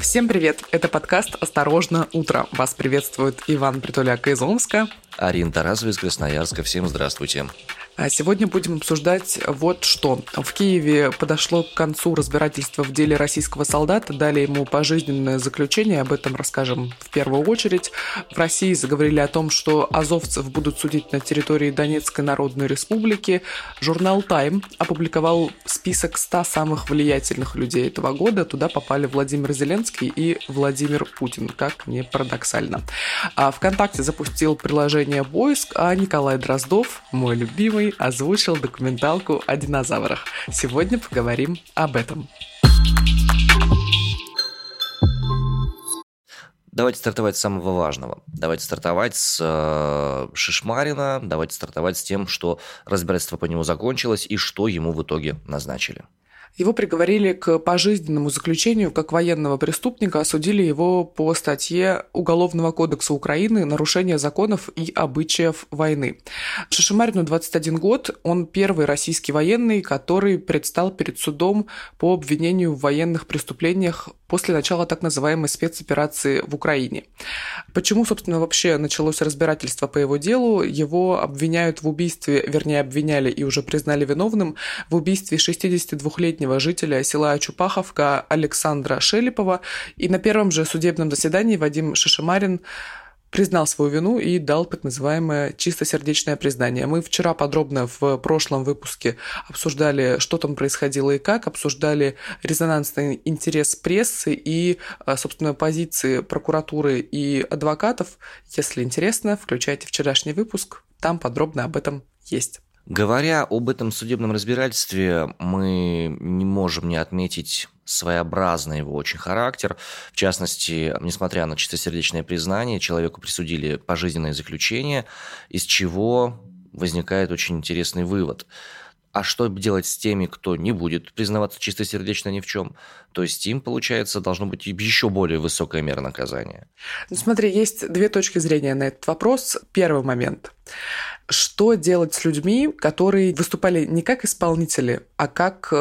Всем привет! Это подкаст «Осторожно, утро». Вас приветствует Иван Притуляк из Омска. Арина Тарасова из Красноярска. Всем здравствуйте. Сегодня будем обсуждать вот что. В Киеве подошло к концу разбирательство в деле российского солдата, дали ему пожизненное заключение, об этом расскажем в первую очередь. В России заговорили о том, что азовцев будут судить на территории Донецкой Народной Республики. Журнал «Тайм» опубликовал список 100 самых влиятельных людей этого года. Туда попали Владимир Зеленский и Владимир Путин, как ни парадоксально. ВКонтакте запустил приложение «Поиск», а Николай Дроздов, мой любимый, озвучил документалку о динозаврах. Сегодня поговорим об этом. Давайте стартовать с самого важного. Давайте стартовать с Шишмарина, давайте стартовать с тем, что разбирательство по нему закончилось и что ему в итоге назначили. Его приговорили к пожизненному заключению как военного преступника, осудили его по статье Уголовного кодекса Украины «Нарушение законов и обычаев войны». Шишмарину 21 год, он первый российский военный, который предстал перед судом по обвинению в военных преступлениях после начала так называемой спецоперации в Украине. Почему, собственно, вообще началось разбирательство по его делу? Его обвиняют в убийстве, вернее, обвиняли и уже признали виновным в убийстве 62-летнего жителя села Чупаховка Александра Шелепова. И на первом же судебном заседании Вадим Шишмарин признал свою вину и дал так называемое чистосердечное признание. Мы вчера подробно в прошлом выпуске обсуждали, что там происходило и как, обсуждали резонансный интерес прессы и, собственно, позиции прокуратуры и адвокатов. Если интересно, включайте вчерашний выпуск, там подробно об этом есть. Говоря об этом судебном разбирательстве, мы не можем не отметить своеобразный его очень характер. В частности, несмотря на чистосердечное признание, человеку присудили пожизненное заключение, из чего возникает очень интересный вывод. А что делать с теми, кто не будет признаваться чистосердечно ни в чем? То есть им, получается, должно быть еще более высокая мера наказания. Смотри, есть две точки зрения на этот вопрос. Первый момент. Что делать с людьми, которые выступали не как исполнители, а как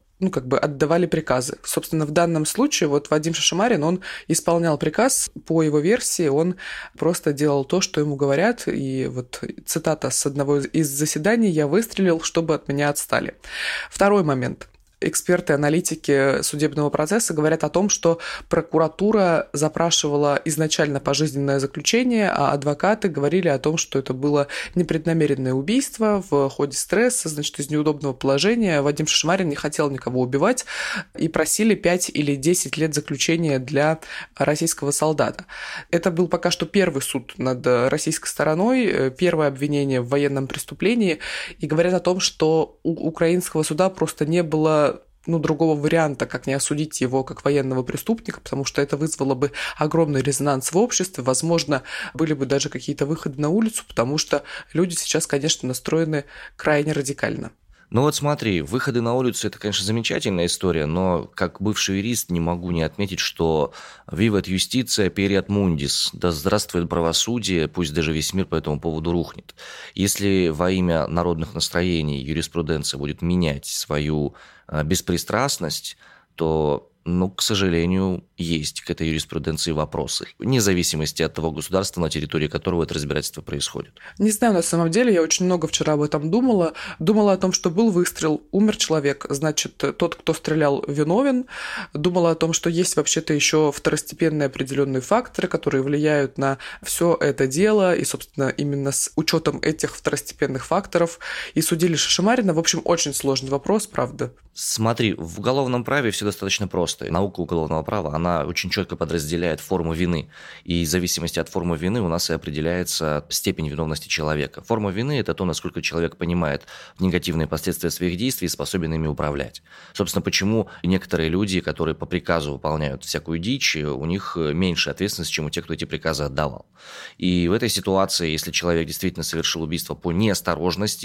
отдавали приказы. Собственно, в данном случае вот Вадим Шишмарин, он исполнял приказ, по его версии, он просто делал то, что ему говорят, и вот цитата с одного из заседаний: «Я выстрелил, чтобы от меня отстали». Второй момент. Эксперты, аналитики судебного процесса говорят о том, что прокуратура запрашивала изначально пожизненное заключение, а адвокаты говорили о том, что это было непреднамеренное убийство в ходе стресса, значит, из неудобного положения. Вадим Шишмарин не хотел никого убивать и просили 5 или 10 лет заключения для российского солдата. Это был пока что первый суд над российской стороной, первое обвинение в военном преступлении, и говорят о том, что у украинского суда просто не было другого варианта, как не осудить его как военного преступника, потому что это вызвало бы огромный резонанс в обществе, возможно, были бы даже какие-то выходы на улицу, потому что люди сейчас, конечно, настроены крайне радикально. Ну вот смотри, выходы на улицу – это, конечно, замечательная история, но как бывший юрист не могу не отметить, что «Vivat Justitia periat mundis», да здравствует правосудие, пусть даже весь мир по этому поводу рухнет. Если во имя народных настроений юриспруденция будет менять свою беспристрастность, то, к сожалению, есть к этой юриспруденции вопросы, вне зависимости от того государства, на территории которого это разбирательство происходит. Не знаю, на самом деле, я очень много вчера об этом думала. Думала о том, что был выстрел, умер человек, значит, тот, кто стрелял, виновен. Думала о том, что есть вообще-то еще второстепенные определенные факторы, которые влияют на все это дело, и, собственно, именно с учетом этих второстепенных факторов и судили Шишмарина. В общем, очень сложный вопрос, правда. Смотри, в уголовном праве все достаточно просто. Наука уголовного права, она очень четко подразделяет форму вины. И в зависимости от формы вины у нас и определяется степень виновности человека. Форма вины – это то, насколько человек понимает негативные последствия своих действий и способен ими управлять. Собственно, почему некоторые люди, которые по приказу выполняют всякую дичь, у них меньше ответственности, чем у тех, кто эти приказы отдавал. И в этой ситуации, если человек действительно совершил убийство по неосторожности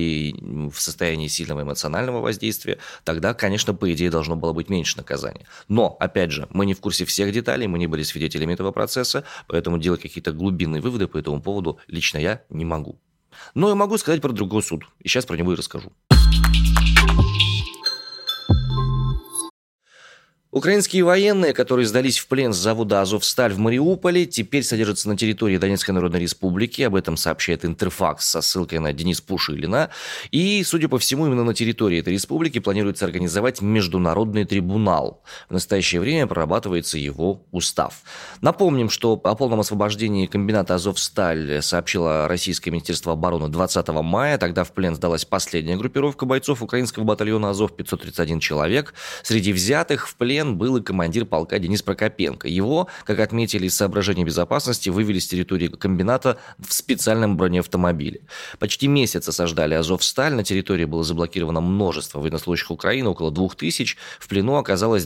или в состоянии сильного эмоционального воздействия, тогда, конечно, по идее, должно было быть меньше наказания. Но, опять же, мы не в курсе всех деталей, мы не были свидетелями этого процесса, поэтому делать какие-то глубинные выводы по этому поводу лично я не могу. Но я могу сказать про другой суд, и сейчас про него и расскажу. Украинские военные, которые сдались в плен с завода «Азовсталь» в Мариуполе, теперь содержатся на территории Донецкой Народной Республики. Об этом сообщает Интерфакс со ссылкой на Дениса Пушилина. И, судя по всему, именно на территории этой республики планируется организовать международный трибунал. В настоящее время прорабатывается его устав. Напомним, что о полном освобождении комбината «Азовсталь» сообщило Российское Министерство обороны 20 мая. Тогда в плен сдалась последняя группировка бойцов украинского батальона «Азов», 531 человек. Среди взятых в плен был и командир полка Денис Прокопенко. Его, как отметили из соображений безопасности, вывели с территории комбината в специальном бронеавтомобиле. Почти месяц осаждали «Азовсталь». На территории было заблокировано множество военнослужащих Украины, около 2000. В плену оказалось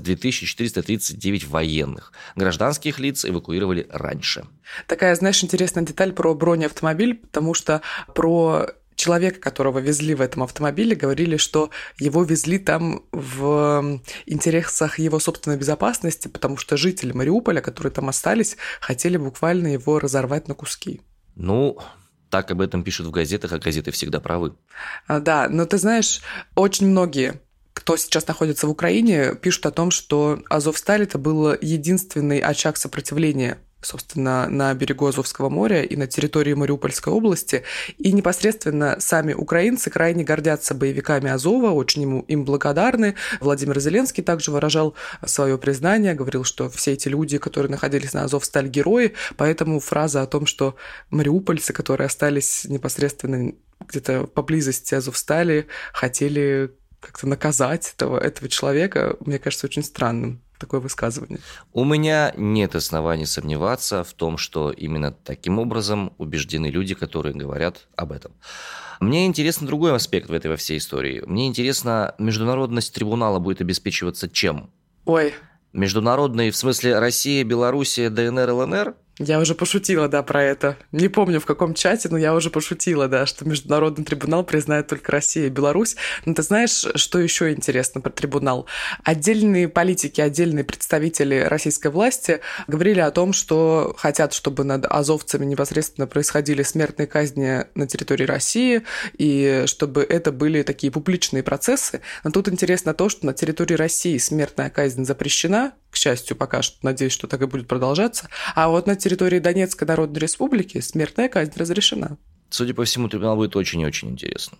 2439 военных. Гражданских лиц эвакуировали раньше. Такая, знаешь, интересная деталь про бронеавтомобиль, потому что про человека, которого везли в этом автомобиле, говорили, что его везли там в интересах его собственной безопасности, потому что жители Мариуполя, которые там остались, хотели буквально его разорвать на куски. Ну, так об этом пишут в газетах, а газеты всегда правы. Да, но ты знаешь, очень многие, кто сейчас находится в Украине, пишут о том, что «Азовсталь» — это был единственный очаг сопротивления, собственно, на берегу Азовского моря и на территории Мариупольской области. И непосредственно сами украинцы крайне гордятся боевиками Азова, очень им благодарны. Владимир Зеленский также выражал свое признание, говорил, что все эти люди, которые находились на Азовсталь, герои. Поэтому фраза о том, что мариупольцы, которые остались непосредственно где-то поблизости Азовстали, хотели как-то наказать этого человека, мне кажется, очень странным. Такое высказывание. У меня нет оснований сомневаться в том, что именно таким образом убеждены люди, которые говорят об этом. Мне интересен другой аспект в этой во всей истории. Мне интересно, международность трибунала будет обеспечиваться чем? Ой. Международный, в смысле Россия, Белоруссия, ДНР, ЛНР? Я уже пошутила, да, про это. Не помню, в каком чате, но я уже пошутила, да, что Международный трибунал признает только Россия и Беларусь. Но ты знаешь, что еще интересно про трибунал? Отдельные политики, отдельные представители российской власти говорили о том, что хотят, чтобы над азовцами непосредственно происходили смертные казни на территории России, и чтобы это были такие публичные процессы. Но тут интересно то, что на территории России смертная казнь запрещена, к счастью, пока что, надеюсь, что так и будет продолжаться, а вот на территории Донецкой Народной Республики смертная казнь разрешена. Судя по всему, трибунал будет очень и очень интересно.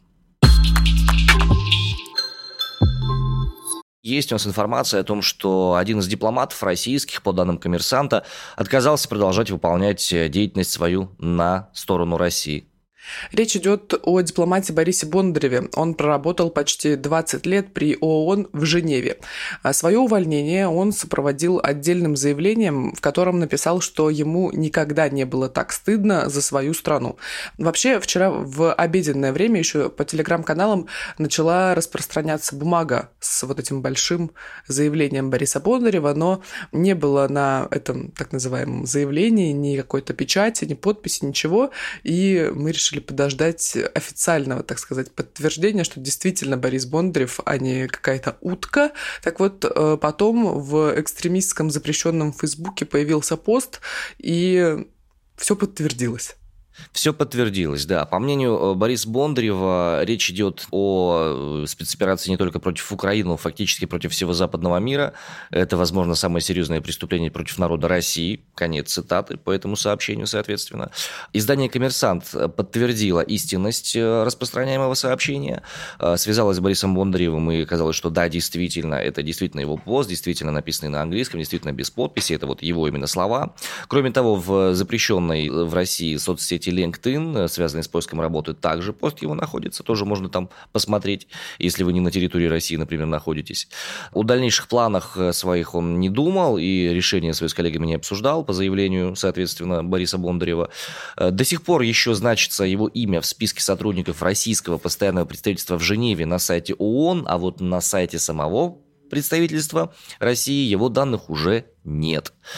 Есть у нас информация о том, что один из дипломатов российских, по данным «Коммерсанта», отказался продолжать выполнять деятельность свою на сторону России. Речь идет о дипломате Борисе Бондареве. Он проработал почти 20 лет при ООН в Женеве. Свое увольнение он сопроводил отдельным заявлением, в котором написал, что ему никогда не было так стыдно за свою страну. Вообще, вчера в обеденное время еще по телеграм-каналам начала распространяться бумага с вот этим большим заявлением Бориса Бондарева, но не было на этом так называемом заявлении ни какой-то печати, ни подписи, ничего, и мы решили подождать официального, так сказать, подтверждения, что действительно Борис Бондарев, а не какая-то утка. Так вот, потом в экстремистском запрещенном Фейсбуке появился пост, и все подтвердилось. Все подтвердилось, да. По мнению Бориса Бондарева, речь идет о спецоперации не только против Украины, но фактически против всего западного мира. Это, возможно, самое серьезное преступление против народа России. Конец цитаты по этому сообщению, соответственно. Издание «Коммерсант» подтвердило истинность распространяемого сообщения, связалось с Борисом Бондаревым, и оказалось, что да, действительно, это действительно его пост, действительно написанный на английском, действительно без подписи, это вот его именно слова. Кроме того, в запрещенной в России соцсети LinkedIn, связанный с поиском работы, также пост его находится, тоже можно там посмотреть, если вы не на территории России, например, находитесь. О дальнейших планах своих он не думал и решение свои с коллегами не обсуждал по заявлению, соответственно, Бориса Бондарева. До сих пор еще значится его имя в списке сотрудников российского постоянного представительства в Женеве на сайте ООН, а вот на сайте самого представительства России его данных уже нет.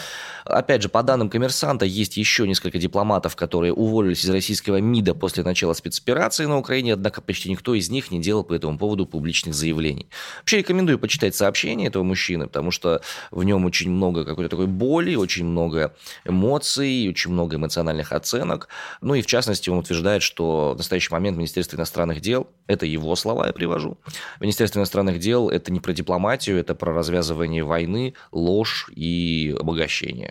Опять же, по данным «Коммерсанта», есть еще несколько дипломатов, которые уволились из российского МИДа после начала спецоперации на Украине, однако почти никто из них не делал по этому поводу публичных заявлений. Вообще рекомендую почитать сообщение этого мужчины, потому что в нем очень много какой-то такой боли, очень много эмоций, очень много эмоциональных оценок. Ну и в частности он утверждает, что в настоящий момент Министерство иностранных дел, это его слова я привожу, Министерство иностранных дел это не про дипломатию, это про развязывание войны, ложь и обогащение.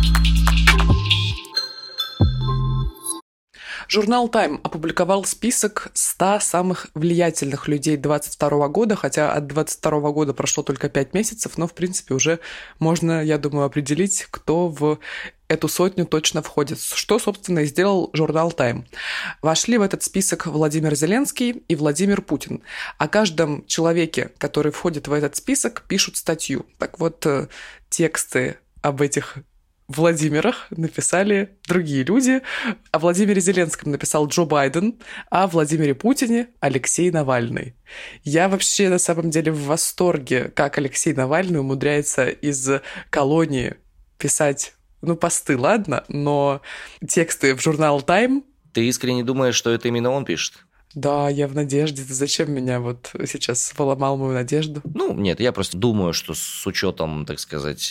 Журнал Time опубликовал список 100 самых влиятельных людей 2022 года, хотя от 2022 года прошло только 5 месяцев, но, в принципе, уже можно, я думаю, определить, кто в эту сотню точно входит. Что, собственно, и сделал журнал Time. Вошли в этот список Владимир Зеленский и Владимир Путин. О каждом человеке, который входит в этот список, пишут статью. Так вот, тексты об этих Владимирах написали другие люди. О Владимире Зеленском написал Джо Байден, а о Владимире Путине Алексей Навальный. Я вообще на самом деле в восторге, как Алексей Навальный умудряется из колонии писать, посты, ладно, но тексты в журнал Time... Ты искренне думаешь, что это именно он пишет? Да, я в надежде. Ты зачем меня вот сейчас поломал мою надежду? Нет, я просто думаю, что с учетом, так сказать,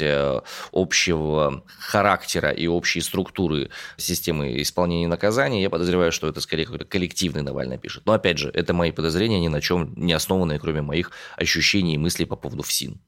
общего характера и общей структуры системы исполнения наказаний, я подозреваю, что это скорее какой-то коллективный Навальный пишет. Но опять же, это мои подозрения, ни на чем не основанные, кроме моих ощущений и мыслей по поводу ФСИН.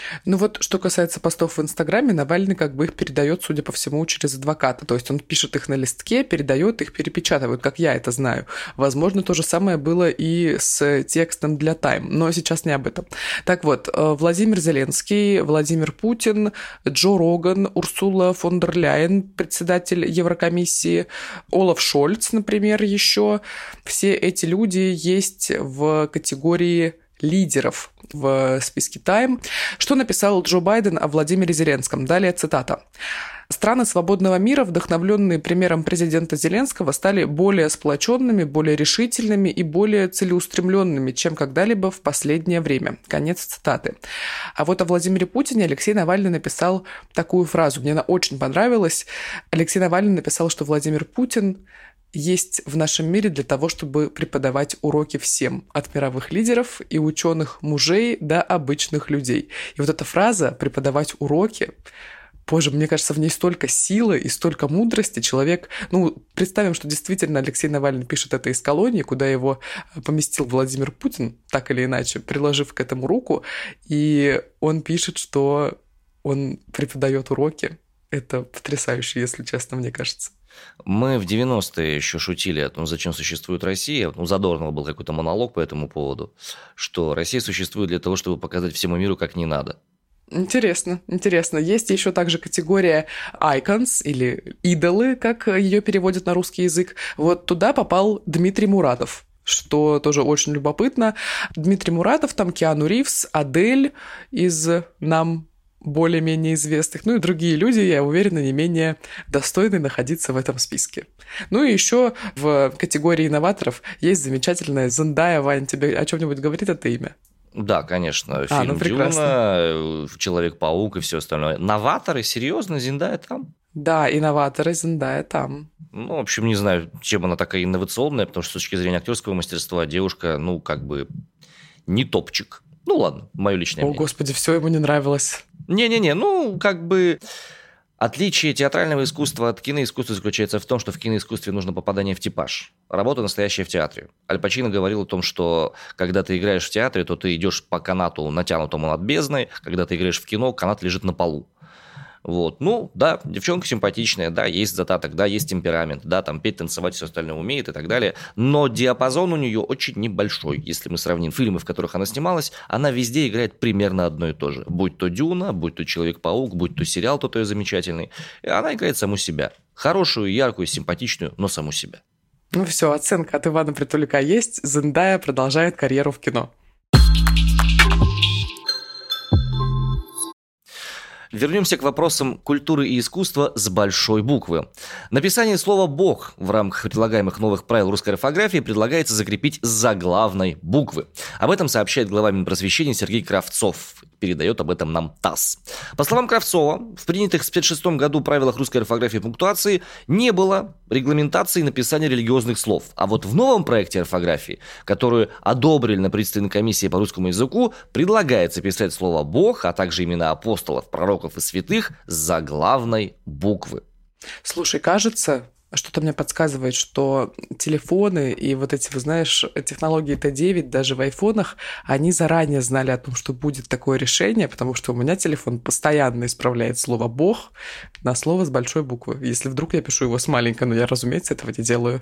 Что касается постов в Инстаграме, Навальный как бы их передает, судя по всему, через адвоката. То есть он пишет их на листке, передает их, перепечатывает, как я это знаю. Возможно, то же самое было и с текстом для Time, но сейчас не об этом. Так вот, Владимир Зеленский, Владимир Путин, Джо Роган, Урсула фон дер Ляйен, председатель Еврокомиссии, Олаф Шольц, например, еще. Все эти люди есть в категории лидеров в списке Time. Что написал Джо Байден о Владимире Зеленском? Далее цитата. «Страны свободного мира, вдохновленные примером президента Зеленского, стали более сплоченными, более решительными и более целеустремленными, чем когда-либо в последнее время». Конец цитаты. А вот о Владимире Путине Алексей Навальный написал такую фразу. Мне она очень понравилась. Алексей Навальный написал, что Владимир Путин есть в нашем мире для того, чтобы преподавать уроки всем, от мировых лидеров и ученых мужей до обычных людей. И вот эта фраза «преподавать уроки», боже, мне кажется, в ней столько силы и столько мудрости. Человек, представим, что действительно Алексей Навальный пишет это из колонии, куда его поместил Владимир Путин, так или иначе, приложив к этому руку, и он пишет, что он преподает уроки. Это потрясающе, если честно, мне кажется. Мы в 90-е еще шутили о том, зачем существует Россия. У Задорнова был какой-то монолог по этому поводу, что Россия существует для того, чтобы показать всему миру, как не надо. Интересно. Есть еще также категория icons или идолы, как ее переводят на русский язык. Вот туда попал Дмитрий Муратов, что тоже очень любопытно. Дмитрий Муратов, там Киану Ривз, Адель из нам более-менее известных, и другие люди, я уверена, не менее достойны находиться в этом списке. И еще в категории инноваторов есть замечательная Зендая. Вань, тебе о чем-нибудь говорит это имя? Да, конечно. Фильм «Дюна», «Человек-паук» и все остальное. Новаторы? Серьезно? Зендая там? Да, инноваторы, Зендая там. В общем, не знаю, чем она такая инновационная, потому что с точки зрения актерского мастерства девушка, не топчик. Ладно, мое личное мнение. О, господи, все ему не нравилось. Не-не-не, отличие театрального искусства от киноискусства заключается в том, что в киноискусстве нужно попадание в типаж. Работа настоящая в театре. Аль Пачино говорил о том, что когда ты играешь в театре, то ты идешь по канату, натянутому над бездной. Когда ты играешь в кино, канат лежит на полу. Да, девчонка симпатичная, да, есть задаток, да, есть темперамент, да, там петь, танцевать, все остальное умеет и так далее, но диапазон у нее очень небольшой. Если мы сравним фильмы, в которых она снималась, она везде играет примерно одно и то же. Будь то «Дюна», будь то «Человек-паук», будь то сериал тот ее замечательный, она играет саму себя. Хорошую, яркую, симпатичную, но саму себя. Все, оценка от Ивана Притуляка есть, Зендая продолжает карьеру в кино. Вернемся к вопросам культуры и искусства с большой буквы. Написание слова «бог» в рамках предлагаемых новых правил русской орфографии предлагается закрепить с заглавной буквы. Об этом сообщает глава Минпросвещения Сергей Кравцов. передает об этом нам ТАСС. По словам Кравцова, в принятых в 1956 году правилах русской орфографии и пунктуации не было регламентации написания религиозных слов. А вот в новом проекте орфографии, которую одобрили на правительственной комиссии по русскому языку, предлагается писать слово «Бог», а также имена апостолов, пророков и святых с заглавной буквы. Слушай, кажется, что-то мне подсказывает, что телефоны и вот эти, вы знаешь, технологии Т9 даже в айфонах, они заранее знали о том, что будет такое решение, потому что у меня телефон постоянно исправляет слово «Бог» на слово с большой буквы. Если вдруг я пишу его с маленькой, но я, разумеется, этого не делаю.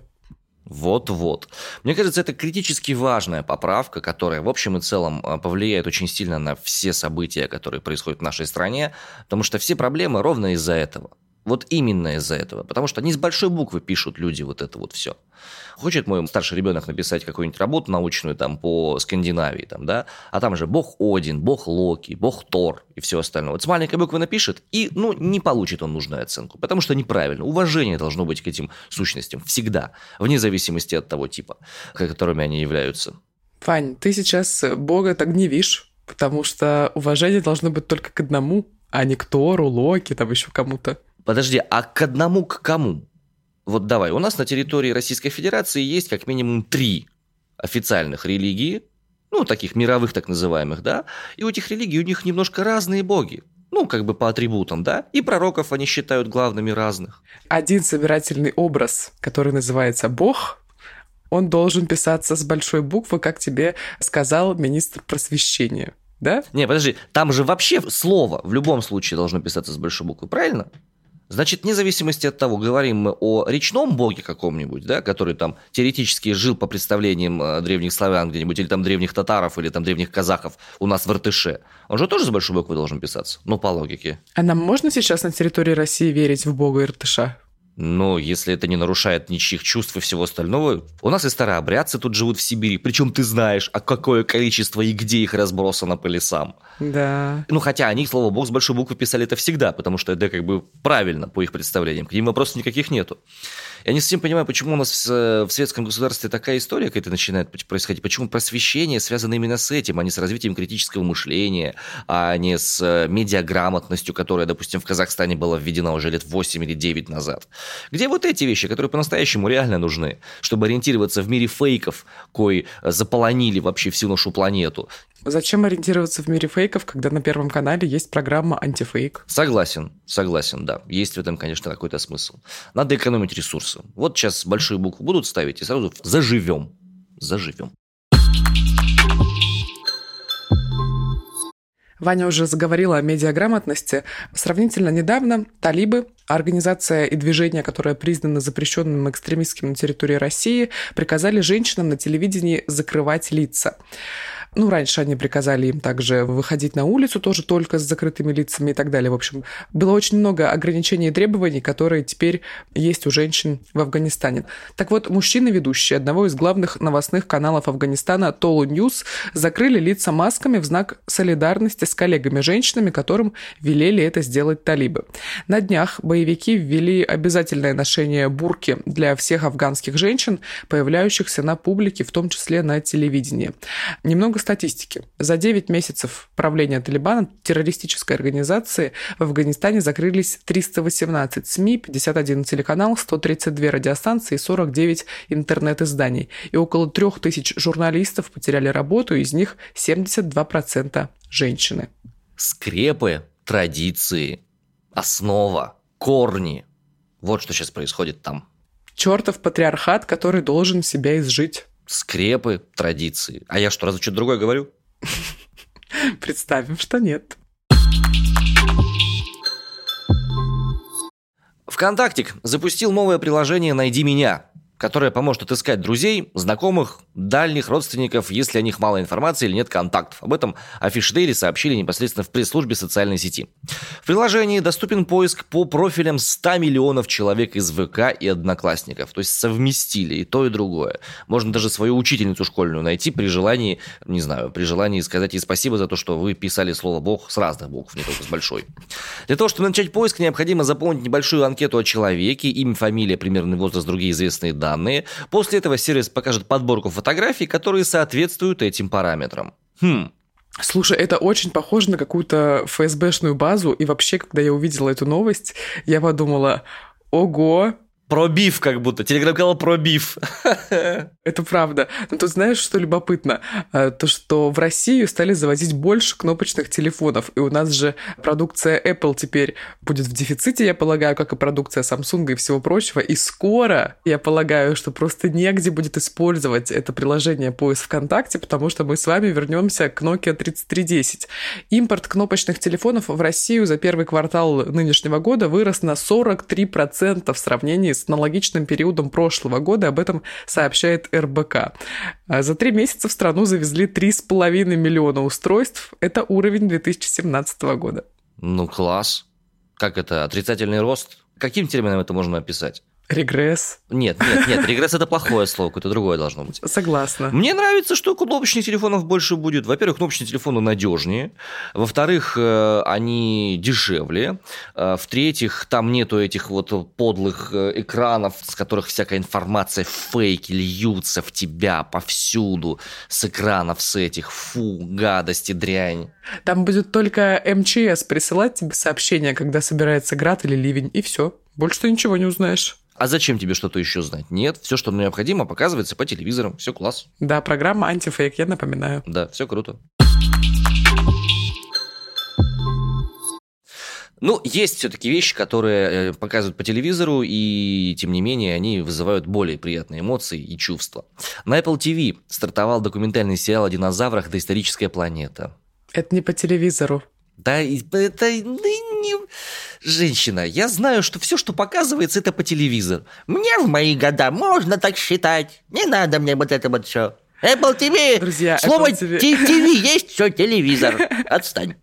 Вот-вот. Мне кажется, это критически важная поправка, которая в общем и целом повлияет очень сильно на все события, которые происходят в нашей стране, потому что все проблемы ровно из-за этого. Вот именно из-за этого. Потому что они с большой буквы пишут люди вот это вот все. Хочет мой старший ребенок написать какую-нибудь работу научную там, по Скандинавии, там, да? А там же бог Один, бог Локи, бог Тор и все остальное. Вот с маленькой буквы напишет, и не получит он нужную оценку. Потому что неправильно. Уважение должно быть к этим сущностям всегда. Вне зависимости от того типа, которыми они являются. Вань, ты сейчас Бога так гневишь, потому что уважение должно быть только к одному, а не к Тору, Локи, там еще кому-то. Подожди, а к одному к кому? Вот давай, у нас на территории Российской Федерации есть как минимум 3 официальных религии, таких мировых так называемых, да, и у этих религий у них немножко разные боги, как бы по атрибутам, да, и пророков они считают главными разных. Один собирательный образ, который называется Бог, он должен писаться с большой буквы, как тебе сказал министр просвещения, да? Не, подожди, там же вообще слово в любом случае должно писаться с большой буквы, правильно? Значит, вне зависимости от того, говорим мы о речном боге каком-нибудь, да, который там теоретически жил по представлениям древних славян где-нибудь, или там древних татаров, или там древних казахов у нас в Иртыше, он же тоже с большой буквы должен писаться, по логике. А нам можно сейчас на территории России верить в бога Иртыша? Если это не нарушает ничьих чувств и всего остального. У нас и старообрядцы тут живут в Сибири, причем ты знаешь, а какое количество и где их разбросано по лесам. Да. Хотя они, слово богу, с большой буквы писали это всегда, потому что это как бы правильно по их представлениям. К ним вопросов никаких нету. Я не совсем понимаю, почему у нас в светском государстве такая история какая-то начинает происходить. Почему просвещение связано именно с этим, а не с развитием критического мышления, а не с медиаграмотностью, которая, допустим, в Казахстане была введена уже лет 8 или 9 назад. Где вот эти вещи, которые по-настоящему реально нужны, чтобы ориентироваться в мире фейков, кои заполонили вообще всю нашу планету. Зачем ориентироваться в мире фейков, когда на Первом канале есть программа «Антифейк»? Согласен, да. Есть в этом, конечно, какой-то смысл. Надо экономить ресурсы. Вот сейчас большие буквы будут ставить, и сразу заживем. Ваня уже заговорила о медиаграмотности. Сравнительно недавно талибы, организация и движение, которое признано запрещенным экстремистским на территории России, приказали женщинам на телевидении закрывать лица. Раньше они приказали им также выходить на улицу, тоже только с закрытыми лицами и так далее. В общем, было очень много ограничений и требований, которые теперь есть у женщин в Афганистане. Так вот, мужчины-ведущие одного из главных новостных каналов Афганистана Толу Ньюс закрыли лица масками в знак солидарности с коллегами-женщинами, которым велели это сделать талибы. На днях боевики ввели обязательное ношение бурки для всех афганских женщин, появляющихся на публике, в том числе на телевидении. Немного статистики. За 9 месяцев правления Талибана террористической организации в Афганистане закрылись 318 СМИ, 51 телеканал, 132 радиостанции и 49 интернет-изданий. И около 3000 журналистов потеряли работу, из них 72% женщины. Скрепы, традиции, основа, корни. Вот что сейчас происходит там. Чертов патриархат, который должен себя изжить. Скрепы, традиции. А я что, разве что-то другое говорю? Представим, что нет. ВКонтактик запустил новое приложение «Найди меня», которое поможет отыскать друзей, знакомых, дальних родственников, если о них мало информации или нет контактов. Об этом Афиш Дейли сообщили непосредственно в пресс-службе социальной сети. В приложении доступен поиск по профилям 100 миллионов человек из ВК и Одноклассников. То есть совместили и то, и другое. Можно даже свою учительницу школьную найти при желании, при желании сказать ей спасибо за то, что вы писали слово «Бог» с разных букв, не только с большой. Для того, чтобы начать поиск, необходимо заполнить небольшую анкету о человеке, имя, фамилия, примерный возраст, другие известные данные. После этого сервис покажет подборку фотографий, которые соответствуют этим параметрам. Слушай, это очень похоже на какую-то ФСБшную базу, и вообще, когда я увидела эту новость, я подумала, ого, Пробив как будто. Телеграм-канал Пробив. это правда. Но тут знаешь, что любопытно? То, что в Россию стали завозить больше кнопочных телефонов, и у нас же продукция Apple теперь будет в дефиците, я полагаю, как и продукция Samsung и всего прочего, и скоро, я полагаю, что просто негде будет использовать это приложение поиск ВКонтакте, потому что мы с вами вернемся к Nokia 3310. Импорт кнопочных телефонов в Россию за первый квартал нынешнего года вырос на 43% в сравнении с аналогичным периодом прошлого года, об этом сообщает РБК. За 3 месяца в страну завезли 3,5 миллиона устройств. Это уровень 2017 года. Ну, класс. Как это? Отрицательный рост? Каким термином это можно описать? Регресс. Нет, регресс – это плохое слово, какое-то другое должно быть. Согласна. Мне нравится, что кнопочных телефонов больше будет. Во-первых, кнопочные телефоны надежнее. Во-вторых, они дешевле. В-третьих, там нету этих вот подлых экранов, с которых всякая информация, фейки льются в тебя повсюду. С экранов с этих. Фу, гадости, дрянь. Там будет только МЧС присылать тебе сообщения, когда собирается град или ливень, и все. Больше ты ничего не узнаешь. А зачем тебе что-то еще знать? Нет, все, что необходимо, показывается по телевизорам. Все класс. Да, программа антифейк, я напоминаю. Да, все круто. Ну, есть все-таки вещи, которые показывают по телевизору, и, тем не менее, они вызывают более приятные эмоции и чувства. На Apple TV стартовал документальный сериал о динозаврах «Доисторическая планета». Это не по телевизору. Да, это не... Женщина, я знаю, что все, что показывается, это по телевизору. Мне в мои года можно так считать. Не надо мне вот это вот все. Apple TV. Друзья, слово Apple TV. TV есть, все, телевизор. Отстань.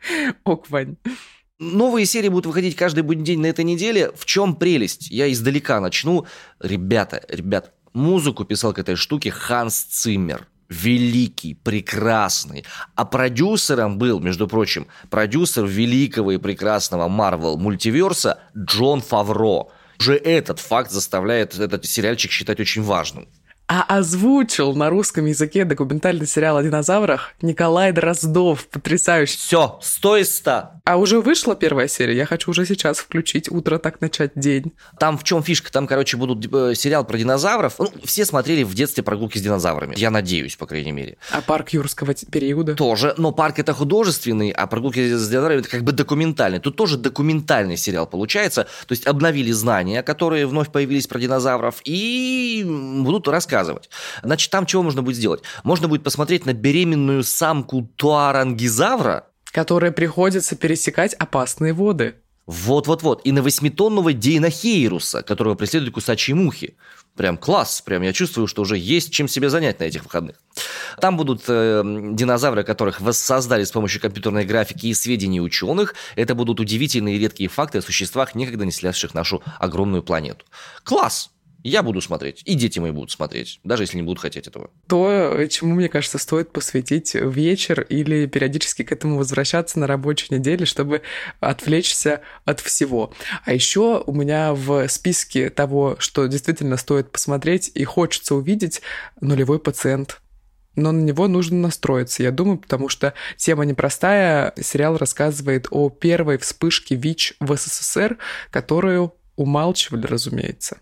Ок, Вань. Новые серии будут выходить каждый будний день на этой неделе. В чем прелесть? Я издалека начну. Ребят, музыку писал к этой штуке Ханс Циммер. Великий, прекрасный. А продюсером был, между прочим, продюсер великого и прекрасного Marvel мультиверса Джон Фавро. Уже этот факт заставляет этот сериальчик считать очень важным. А озвучил на русском языке документальный сериал о динозаврах Николай Дроздов. Потрясающе. Все, 100 из 100. А уже вышла первая серия? Я хочу уже сейчас включить, утро так начать день. Там в чем фишка? Там, будут сериал про динозавров. Ну, все смотрели в детстве прогулки с динозаврами. Я надеюсь, по крайней мере. А парк юрского периода? Тоже. Но парк это художественный, а прогулки с динозаврами это как бы документальный. Тут тоже документальный сериал получается. То есть обновили знания, которые вновь появились про динозавров, и будут рассказывать. Значит, там чего можно будет сделать? Можно будет посмотреть на беременную самку туарангизавра, которой приходится пересекать опасные воды. Вот. И на 8-тонного дейнохейруса, которого преследуют кусачие мухи. Прям класс. Прям я чувствую, что уже есть чем себя занять на этих выходных. Там будут динозавры, которых воссоздали с помощью компьютерной графики и сведений ученых. Это будут удивительные и редкие факты о существах, никогда не населявших нашу огромную планету. Класс! Я буду смотреть, и дети мои будут смотреть, даже если не будут хотеть этого. То, чему, мне кажется, стоит посвятить вечер или периодически к этому возвращаться на рабочей неделе, чтобы отвлечься от всего. А еще у меня в списке того, что действительно стоит посмотреть и хочется увидеть, «Нулевой пациент». Но на него нужно настроиться, я думаю, потому что тема непростая. Сериал рассказывает о первой вспышке ВИЧ в СССР, которую умалчивали, разумеется.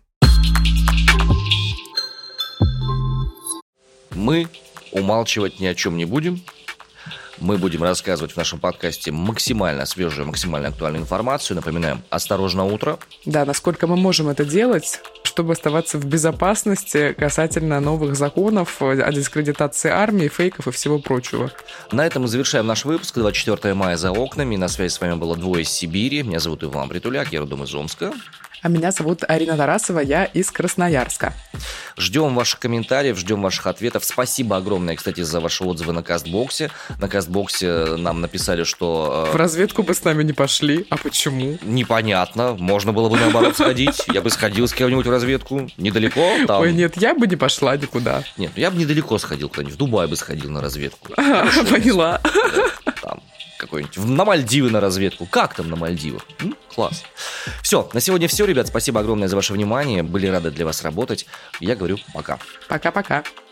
Мы умалчивать ни о чем не будем. Мы будем рассказывать в нашем подкасте максимально свежую, максимально актуальную информацию. Напоминаем, осторожно утро. Да, насколько мы можем это делать, чтобы оставаться в безопасности касательно новых законов о дискредитации армии, фейков и всего прочего. На этом мы завершаем наш выпуск. 24 мая за окнами. На связи с вами было двое из Сибири. Меня зовут Иван Притуляк, я родом из Омска. А меня зовут Арина Тарасова, я из Красноярска. Ждем ваших комментариев, ждем ваших ответов. Спасибо огромное, кстати, за ваши отзывы на Кастбоксе. На Кастбоксе нам написали, что... В разведку бы с нами не пошли. А почему? Непонятно. Можно было бы наоборот сходить. Я бы сходил с кем-нибудь в разведку. Недалеко там. Ой, нет, я бы не пошла никуда. Нет, я бы недалеко сходил куда-нибудь. В Дубай бы сходил на разведку. Поняла. Там какой-нибудь. На Мальдивы на разведку. Как там на Мальдивах? Класс. Все, на сегодня все, ребят. Спасибо огромное за ваше внимание. Были рады для вас работать. Я говорю пока. Пока-пока.